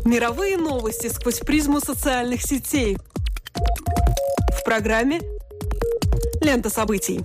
Мировые новости сквозь призму социальных сетей. В программе «Лента событий».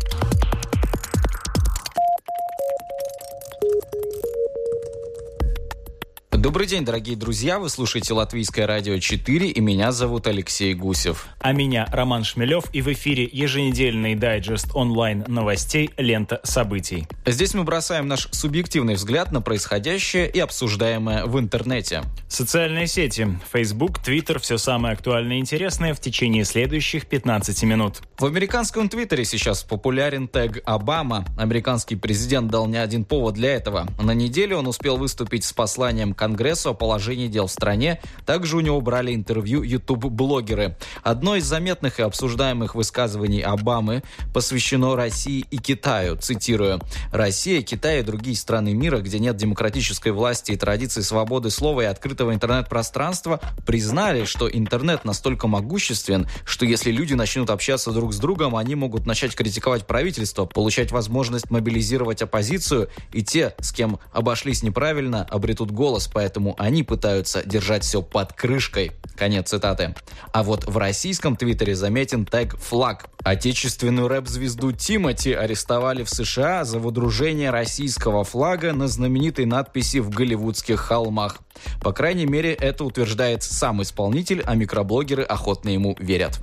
Добрый день, дорогие друзья. Вы слушаете Латвийское радио 4, и меня зовут Алексей Гусев. А меня Роман Шмелев, и в эфире еженедельный дайджест онлайн-новостей «Лента событий». Здесь мы бросаем наш субъективный взгляд на происходящее и обсуждаемое в интернете. Социальные сети. Facebook, Twitter – все самое актуальное и интересное в течение следующих 15 минут. В американском Твиттере сейчас популярен тег «Обама». Американский президент дал не один повод для этого. На неделе он успел выступить с посланием Конгрессу о положении дел в стране. Также у него брали интервью YouTube-блогеры. Одно из заметных и обсуждаемых высказываний Обамы посвящено России и Китаю. Цитирую: «Россия, Китай и другие страны мира, где нет демократической власти и традиции свободы слова и открытого интернет-пространства, признали, что интернет настолько могуществен, что если люди начнут общаться друг с другом, они могут начать критиковать правительство, получать возможность мобилизировать оппозицию, и те, с кем обошлись неправильно, обретут голос, поэтому они пытаются держать все под крышкой». Конец цитаты. А вот в российском твиттере заметен тег «Флаг». Отечественную рэп-звезду Тимати арестовали в США за водружение российского флага на знаменитой надписи в голливудских холмах. По крайней мере, это утверждает сам исполнитель, а микроблогеры охотно ему верят.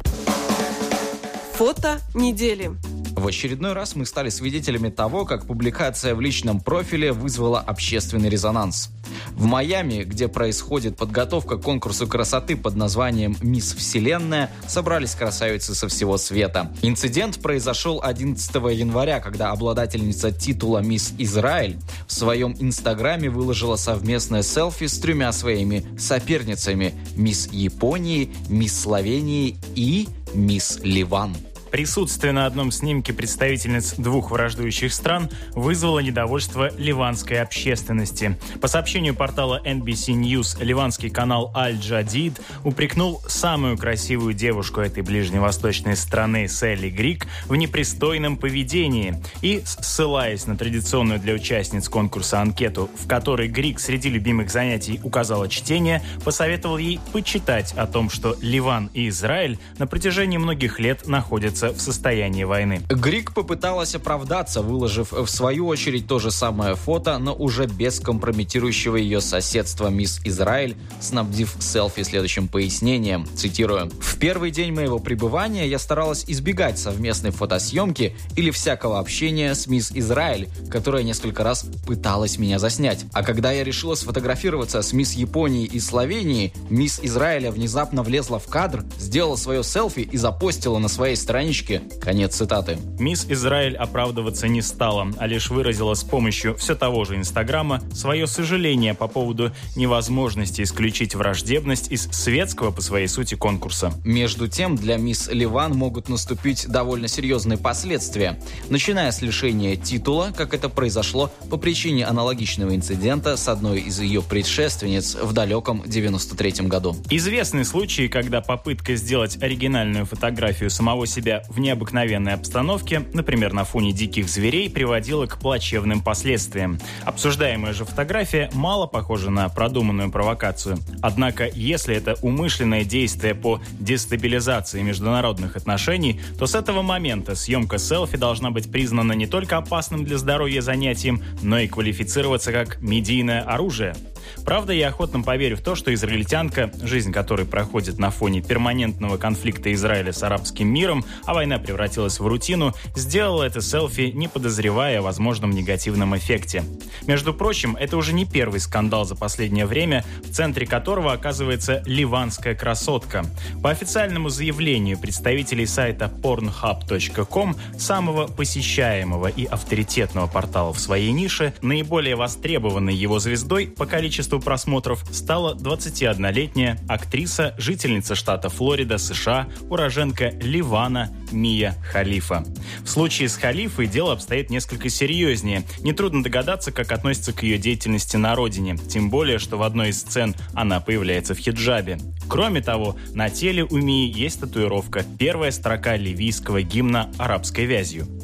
Фото недели. В очередной раз мы стали свидетелями того, как публикация в личном профиле вызвала общественный резонанс. В Майами, где происходит подготовка к конкурсу красоты под названием «Мисс Вселенная», собрались красавицы со всего света. Инцидент произошел 11 января, когда обладательница титула «Мисс Израиль» в своем инстаграме выложила совместное селфи с 3 своими соперницами – «Мисс Японии», «Мисс Словении» и «Мисс Ливан». Присутствие на одном снимке представительниц 2 враждующих стран вызвало недовольство ливанской общественности. По сообщению портала NBC News, ливанский канал Аль-Джадид упрекнул самую красивую девушку этой ближневосточной страны Селли Грик в непристойном поведении и, ссылаясь на традиционную для участниц конкурса анкету, в которой Грик среди любимых занятий указала чтение, посоветовал ей почитать о том, что Ливан и Израиль на протяжении многих лет находятся в состоянии войны. Грик попыталась оправдаться, выложив в свою очередь то же самое фото, но уже без компрометирующего ее соседства «Мисс Израиль», снабдив селфи следующим пояснением, цитирую: «В первый день моего пребывания я старалась избегать совместной фотосъемки или всякого общения с «Мисс Израиль», которая несколько раз пыталась меня заснять. А когда я решила сфотографироваться с «Мисс Японии» и Словении, «Мисс Израиля» внезапно влезла в кадр, сделала свое селфи и запостила на своей страничке». Конец цитаты. Мисс Израиль оправдываться не стала, а лишь выразила с помощью все того же Инстаграма свое сожаление по поводу невозможности исключить враждебность из светского по своей сути конкурса. Между тем, для мисс Ливан могут наступить довольно серьезные последствия, начиная с лишения титула, как это произошло по причине аналогичного инцидента с одной из ее предшественниц в далеком 93-м году. Известны случаи, когда попытка сделать оригинальную фотографию самого себя в необыкновенной обстановке, например, на фоне диких зверей, приводила к плачевным последствиям. Обсуждаемая же фотография мало похожа на продуманную провокацию. Однако, если это умышленное действие по дестабилизации международных отношений, то с этого момента съемка селфи должна быть признана не только опасным для здоровья занятием, но и квалифицироваться как медийное оружие. Правда, я охотно поверю в то, что израильтянка, жизнь которой проходит на фоне перманентного конфликта Израиля с арабским миром, а война превратилась в рутину, сделала это селфи, не подозревая о возможном негативном эффекте. Между прочим, это уже не первый скандал за последнее время, в центре которого оказывается ливанская красотка. По официальному заявлению представителей сайта pornhub.com, самого посещаемого и авторитетного портала в своей нише, наиболее востребованной его звездой по количеству просмотров стала 21-летняя актриса, жительница штата Флорида, США, уроженка Ливана Мия Халифа. В случае с Халифой дело обстоит несколько серьезнее. Нетрудно догадаться, как относится к ее деятельности на родине. Тем более, что в одной из сцен она появляется в хиджабе. Кроме того, на теле у Мии есть татуировка. Первая строка ливийского гимна арабской вязью.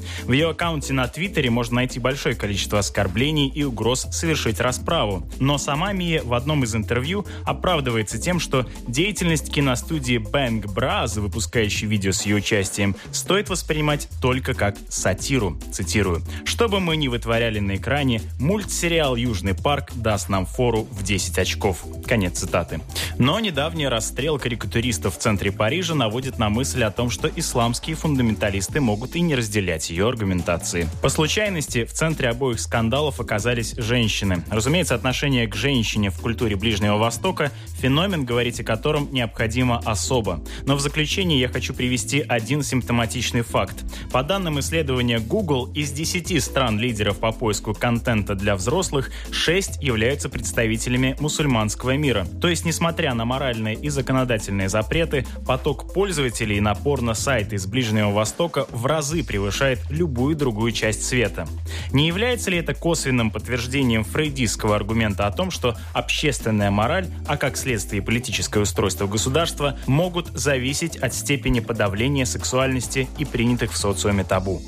В ее аккаунте на Твиттере можно найти большое количество оскорблений и угроз совершить расправу. Но сама Мия в одном из интервью оправдывается тем, что деятельность киностудии Bang Bros, выпускающей видео с ее участием, стоит воспринимать только как сатиру. Цитирую: «Что бы мы ни вытворяли на экране, мультсериал «Южный парк» даст нам фору в 10 очков». Конец цитаты. Но недавний расстрел карикатуристов в центре Парижа наводит на мысль о том, что исламские фундаменталисты могут и не разделять ее аргументации. По случайности в центре обоих скандалов оказались женщины. Разумеется, отношение к женщине в культуре Ближнего Востока – феномен, говорить о котором необходимо особо. Но в заключение я хочу привести один симптоматичный факт. По данным исследования Google, из 10 стран-лидеров по поиску контента для взрослых 6 являются представителями мусульманского мира. То есть, несмотря на моральные и законодательные запреты, поток пользователей на порно-сайты из Ближнего Востока в разы превышает любую другую часть света. Не является ли это косвенным подтверждением фрейдистского аргумента о том, что общественная мораль, а как следствие политическое устройство государства, могут зависеть от степени подавления сексуальности и принятых в социуме табу?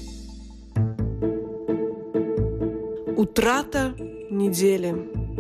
Утрата недели.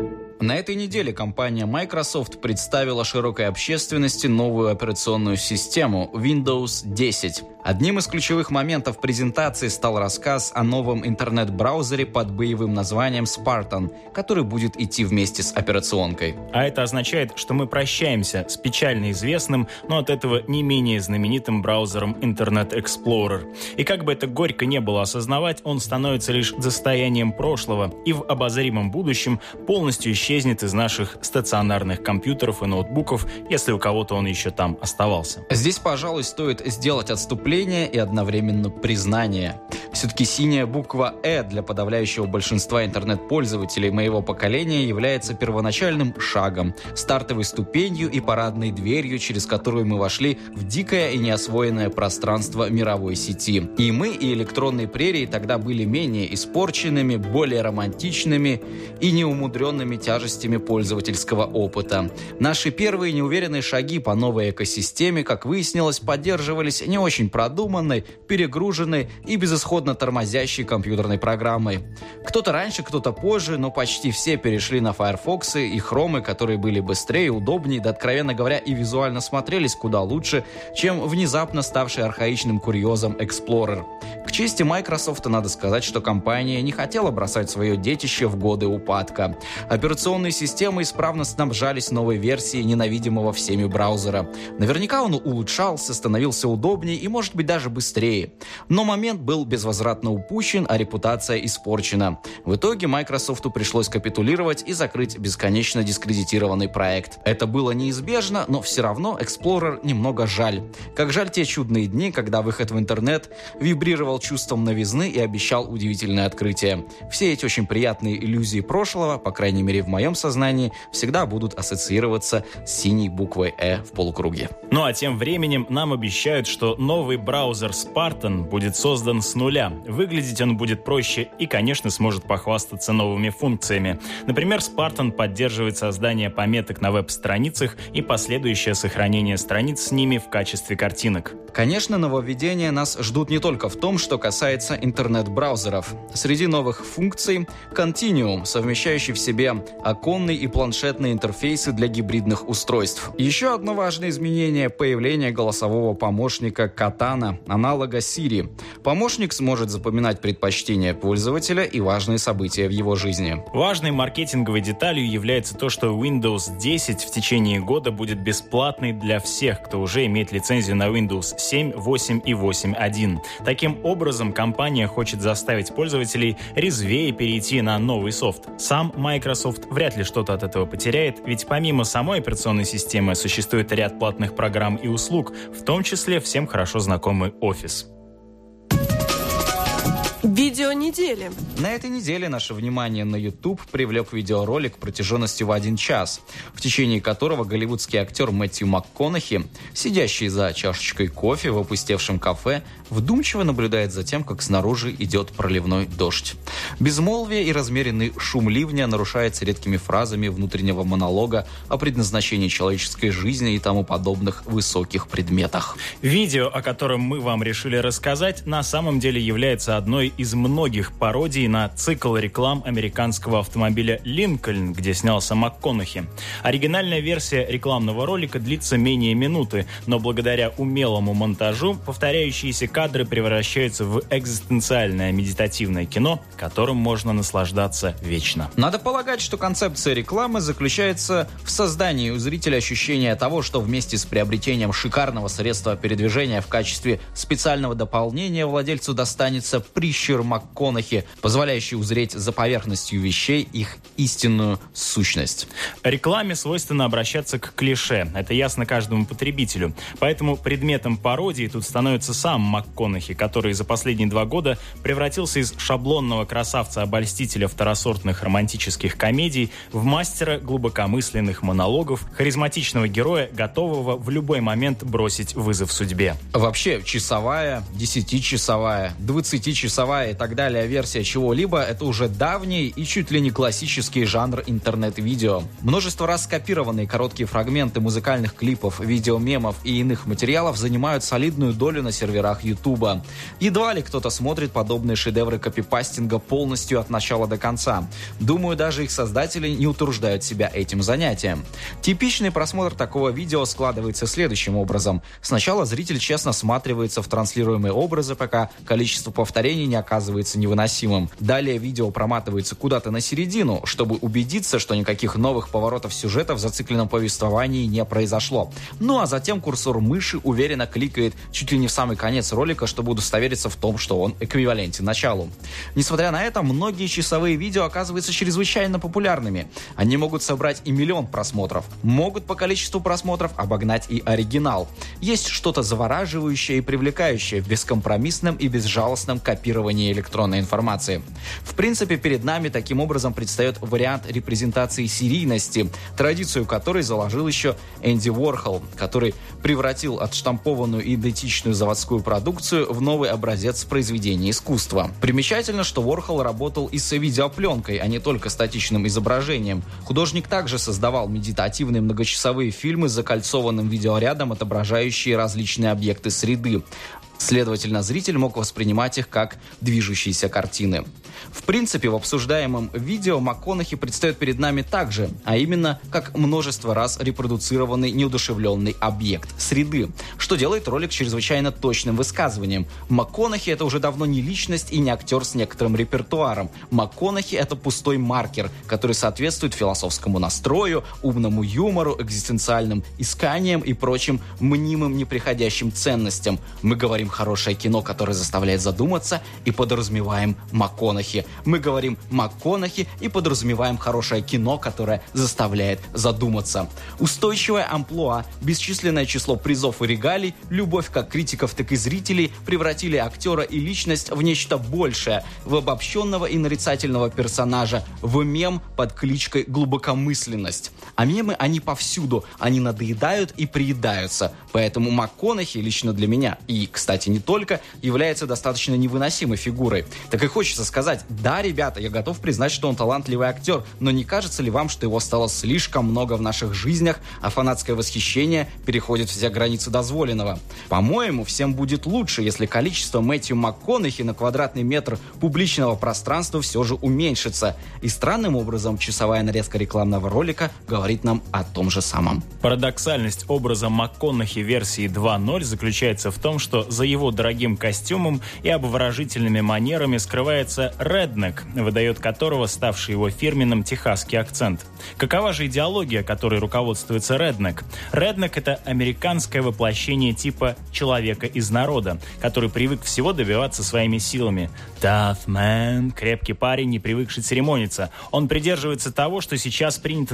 На этой неделе компания Microsoft представила широкой общественности новую операционную систему Windows 10. Одним из ключевых моментов презентации стал рассказ о новом интернет-браузере под боевым названием Spartan, который будет идти вместе с операционкой. А это означает, что мы прощаемся с печально известным, но от этого не менее знаменитым браузером Internet Explorer. И как бы это горько не было осознавать, он становится лишь достоянием прошлого и в обозримом будущем полностью исчезнет из наших стационарных компьютеров и ноутбуков, если у кого-то он еще там оставался. Здесь, пожалуй, стоит сделать отступление и одновременно признание. Все-таки синяя буква «Э» для подавляющего большинства интернет-пользователей моего поколения является первоначальным шагом, стартовой ступенью и парадной дверью, через которую мы вошли в дикое и неосвоенное пространство мировой сети. И мы, и электронные прерии тогда были менее испорченными, более романтичными и неумудренными тяжестями пользовательского опыта. Наши первые неуверенные шаги по новой экосистеме, как выяснилось, поддерживались не очень продуманной, перегруженной и безысходно тормозящей компьютерной программой. Кто-то раньше, кто-то позже, но почти все перешли на Firefox и Chrome, которые были быстрее, удобнее, да, откровенно говоря, и визуально смотрелись куда лучше, чем внезапно ставший архаичным курьезом Explorer. К чести Microsoft надо сказать, что компания не хотела бросать свое детище в годы упадка. Операционные системы исправно снабжались новой версией ненавидимого всеми браузера. Наверняка он улучшался, становился удобнее и, может быть, даже быстрее. Но момент был безвозвратно упущен, а репутация испорчена. В итоге Microsoft пришлось капитулировать и закрыть бесконечно дискредитированный проект. Это было неизбежно, но все равно Explorer немного жаль. Как жаль те чудные дни, когда выход в интернет вибрировал чувством новизны и обещал удивительное открытие. Все эти очень приятные иллюзии прошлого, по крайней мере в моем сознании, всегда будут ассоциироваться с синей буквой «Э» в полукруге. Ну а тем временем нам обещают, что новый браузер Spartan будет создан с нуля. Выглядеть он будет проще и, конечно, сможет похвастаться новыми функциями. Например, Spartan поддерживает создание пометок на веб-страницах и последующее сохранение страниц с ними в качестве картинок. Конечно, нововведения нас ждут не только в том, что касается интернет-браузеров. Среди новых функций Continuum, совмещающий в себе оконный и планшетные интерфейсы для гибридных устройств. Еще одно важное изменение – появление голосового помощника Cortana, аналога Siri. Помощник сможет запоминать предпочтения пользователя и важные события в его жизни. Важной маркетинговой деталью является то, что Windows 10 в течение года будет бесплатной для всех, кто уже имеет лицензию на Windows 7, 8 и 8.1. Таким образом, компания хочет заставить пользователей резвее перейти на новый софт. Сам Microsoft вряд ли что-то от этого потеряет, ведь помимо самой операционной системы существует ряд платных программ и услуг, в том числе всем хорошо знакомый Office. Видео недели. На этой неделе наше внимание на YouTube привлек видеоролик протяженностью в 1 час, в течение которого голливудский актер Мэтью МакКонахи, сидящий за чашечкой кофе в опустевшем кафе, вдумчиво наблюдает за тем, как снаружи идет проливной дождь. Безмолвие и размеренный шум ливня нарушается редкими фразами внутреннего монолога о предназначении человеческой жизни и тому подобных высоких предметах. Видео, о котором мы вам решили рассказать, на самом деле является одной из многих пародий на цикл реклам американского автомобиля «Линкольн», где снялся МакКонахи. Оригинальная версия рекламного ролика длится менее минуты, но благодаря умелому монтажу повторяющиеся кадры превращаются в экзистенциальное медитативное кино, которым можно наслаждаться вечно. Надо полагать, что концепция рекламы заключается в создании у зрителя ощущения того, что вместе с приобретением шикарного средства передвижения в качестве специального дополнения владельцу достанется прищур МакКонахи, позволяющий узреть за поверхностью вещей их истинную сущность. Рекламе свойственно обращаться к клише. Это ясно каждому потребителю. Поэтому предметом пародии тут становится сам МакКонахи, который за последние 2 года превратился из шаблонного красавца-обольстителя второсортных романтических комедий в мастера глубокомысленных монологов, харизматичного героя, готового в любой момент бросить вызов судьбе. Вообще, часовая, 10-часовая, 20-часовая и так далее версия чего-либо – это уже давний и чуть ли не классический жанр интернет-видео. Множество раз скопированные короткие фрагменты музыкальных клипов, видеомемов и иных материалов занимают солидную долю на серверах Ютуба. Едва ли кто-то смотрит подобные шедевры копипастинга полностью от начала до конца. Думаю, даже их создатели не утруждают себя этим занятием. Типичный просмотр такого видео складывается следующим образом. Сначала зритель честно всматривается в транслируемые образы, пока количество повторений не оказывается невыносимым. Далее видео проматывается куда-то на середину, чтобы убедиться, что никаких новых поворотов сюжета в зацикленном повествовании не произошло. Ну а затем курсор мыши уверенно кликает чуть ли не в самый конец ролика, чтобы удостовериться в том, что он эквивалентен началу. Несмотря на это, многие часовые видео оказываются чрезвычайно популярными. Они могут собрать и 1 миллион просмотров. Могут по количеству просмотров обогнать и оригинал. Есть что-то завораживающее и привлекающее в бескомпромиссном и безжалостном копировании электронной информации. В принципе, перед нами таким образом предстает вариант репрезентации серийности, традицию которой заложил еще Энди Уорхол, который превратил отштампованную и идентичную заводскую продукцию в новый образец произведения искусства. Примечательно, что Уорхол работал и с видеопленкой, а не только статичным изображением. Художник также создавал медитативные многочасовые фильмы с закольцованным видеорядом, отображающие различные объекты среды. Следовательно, зритель мог воспринимать их как движущиеся картины. В принципе, в обсуждаемом видео МакКонахи предстает перед нами также, а именно как множество раз репродуцированный неудушевленный объект среды, что делает ролик чрезвычайно точным высказыванием. МакКонахи — это уже давно не личность и не актер с некоторым репертуаром. МакКонахи — это пустой маркер, который соответствует философскому настрою, умному юмору, экзистенциальным исканиям и прочим мнимым неприходящим ценностям. Мы говорим хорошее кино, которое заставляет задуматься, и подразумеваем МакКонахи. Мы говорим МакКонахи и подразумеваем хорошее кино, которое заставляет задуматься. Устойчивое амплуа, бесчисленное число призов и регалий, любовь как критиков, так и зрителей превратили актера и личность в нечто большее, в обобщенного и нарицательного персонажа, в мем под кличкой «глубокомысленность». А мемы, они повсюду, они надоедают и приедаются. Поэтому МакКонахи лично для меня, и, кстати, не только, является достаточно невыносимой фигурой. Так и хочется сказать: да, ребята, я готов признать, что он талантливый актер, но не кажется ли вам, что его стало слишком много в наших жизнях, а фанатское восхищение переходит все границы дозволенного? По-моему, всем будет лучше, если количество Мэтью МакКонахи на квадратный метр публичного пространства все же уменьшится. И странным образом часовая нарезка рекламного ролика говорит нам о том же самом. Парадоксальность образа МакКонахи версии 2.0 заключается в том, что за его дорогим костюмом и обворожительными манерами скрывается реднек, выдает которого ставший его фирменным техасский акцент. Какова же идеология, которой руководствуется реднек? Реднек — это американское воплощение типа человека из народа, который привык всего добиваться своими силами. Tough man, крепкий парень, не привыкший церемониться. Он придерживается того, что сейчас принято называть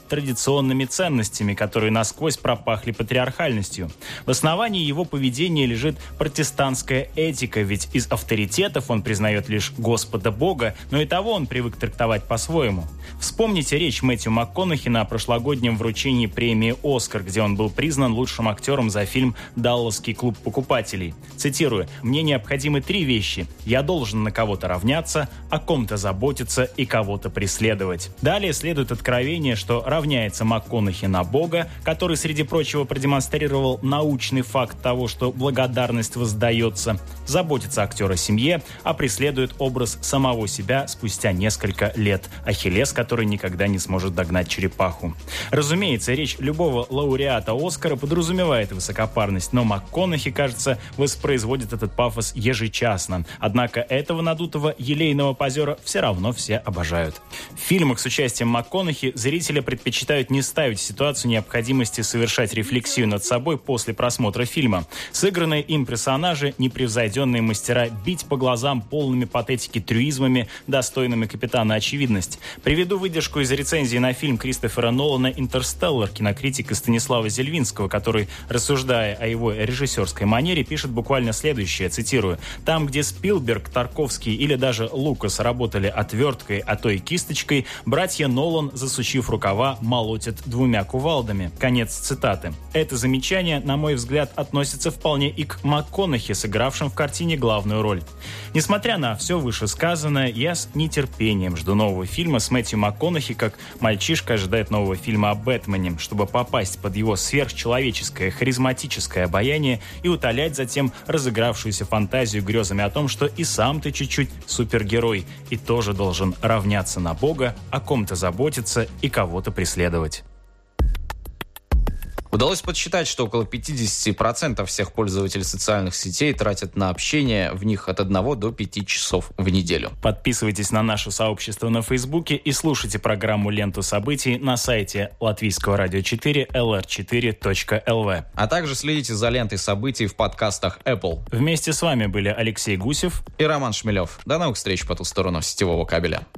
отличались традиционными ценностями, которые насквозь пропахли патриархальностью. В основании его поведения лежит протестантская этика, ведь из авторитетов он признает лишь Господа Бога, но и того он привык трактовать по-своему. Вспомните речь Мэттью МакКонахи на прошлогоднем вручении премии «Оскар», где он был признан лучшим актером за фильм «Далласский клуб покупателей». Цитирую: «Мне необходимы 3 вещи. Я должен на кого-то равняться, о ком-то заботиться и кого-то преследовать». Далее следует откровение, что равняется МакКонахи на Бога, который, среди прочего, продемонстрировал научный факт того, что благодарность воздается, заботится актер о семье, а преследует образ самого себя спустя несколько лет. Ахиллес, который никогда не сможет догнать черепаху. Разумеется, речь любого лауреата Оскара подразумевает высокопарность, но МакКонахи, кажется, воспроизводит этот пафос ежечасно. Однако этого надутого елейного позера все равно все обожают. В фильмах с участием МакКонахи зрители предпочитают не ставить в ситуацию необходимости совершать рефлексию над собой после просмотра фильма. Сыгранные им персонажи – непревзойденные мастера бить по глазам полными патетики трюизмами, достойными капитана Очевидность. Приведу выдержку из рецензии на фильм Кристофера Нолана «Интерстеллар» кинокритика Станислава Зельвинского, который, рассуждая о его режиссерской манере, пишет буквально следующее, цитирую: «Там, где Спилберг, Тарковский или даже Лукас работали отверткой, а то и кисточкой, братья Нолан, засучив рукава, молотят 2 кувалдами». Конец цитаты. Это замечание, на мой взгляд, относится вполне и к МакКонахи, сыгравшим в картине главную роль. Несмотря на все вышесказанное, я с нетерпением жду нового фильма с Мэттью МакКонахи, как мальчишка ожидает нового фильма о Бэтмене, чтобы попасть под его сверхчеловеческое, харизматическое обаяние и утолять затем разыгравшуюся фантазию грезами о том, что и сам ты чуть-чуть супергерой и тоже должен равняться на Бога, о ком-то заботиться и кого-то преследовать. Удалось подсчитать, что около 50% всех пользователей социальных сетей тратят на общение в них от 1 до 5 часов в неделю. Подписывайтесь на наше сообщество на Фейсбуке и слушайте программу «Ленту событий» на сайте Латвийского радио 4 lr4.lv. А также следите за лентой событий в подкастах Apple. Вместе с вами были Алексей Гусев и Роман Шмелев. До новых встреч по ту сторону сетевого кабеля.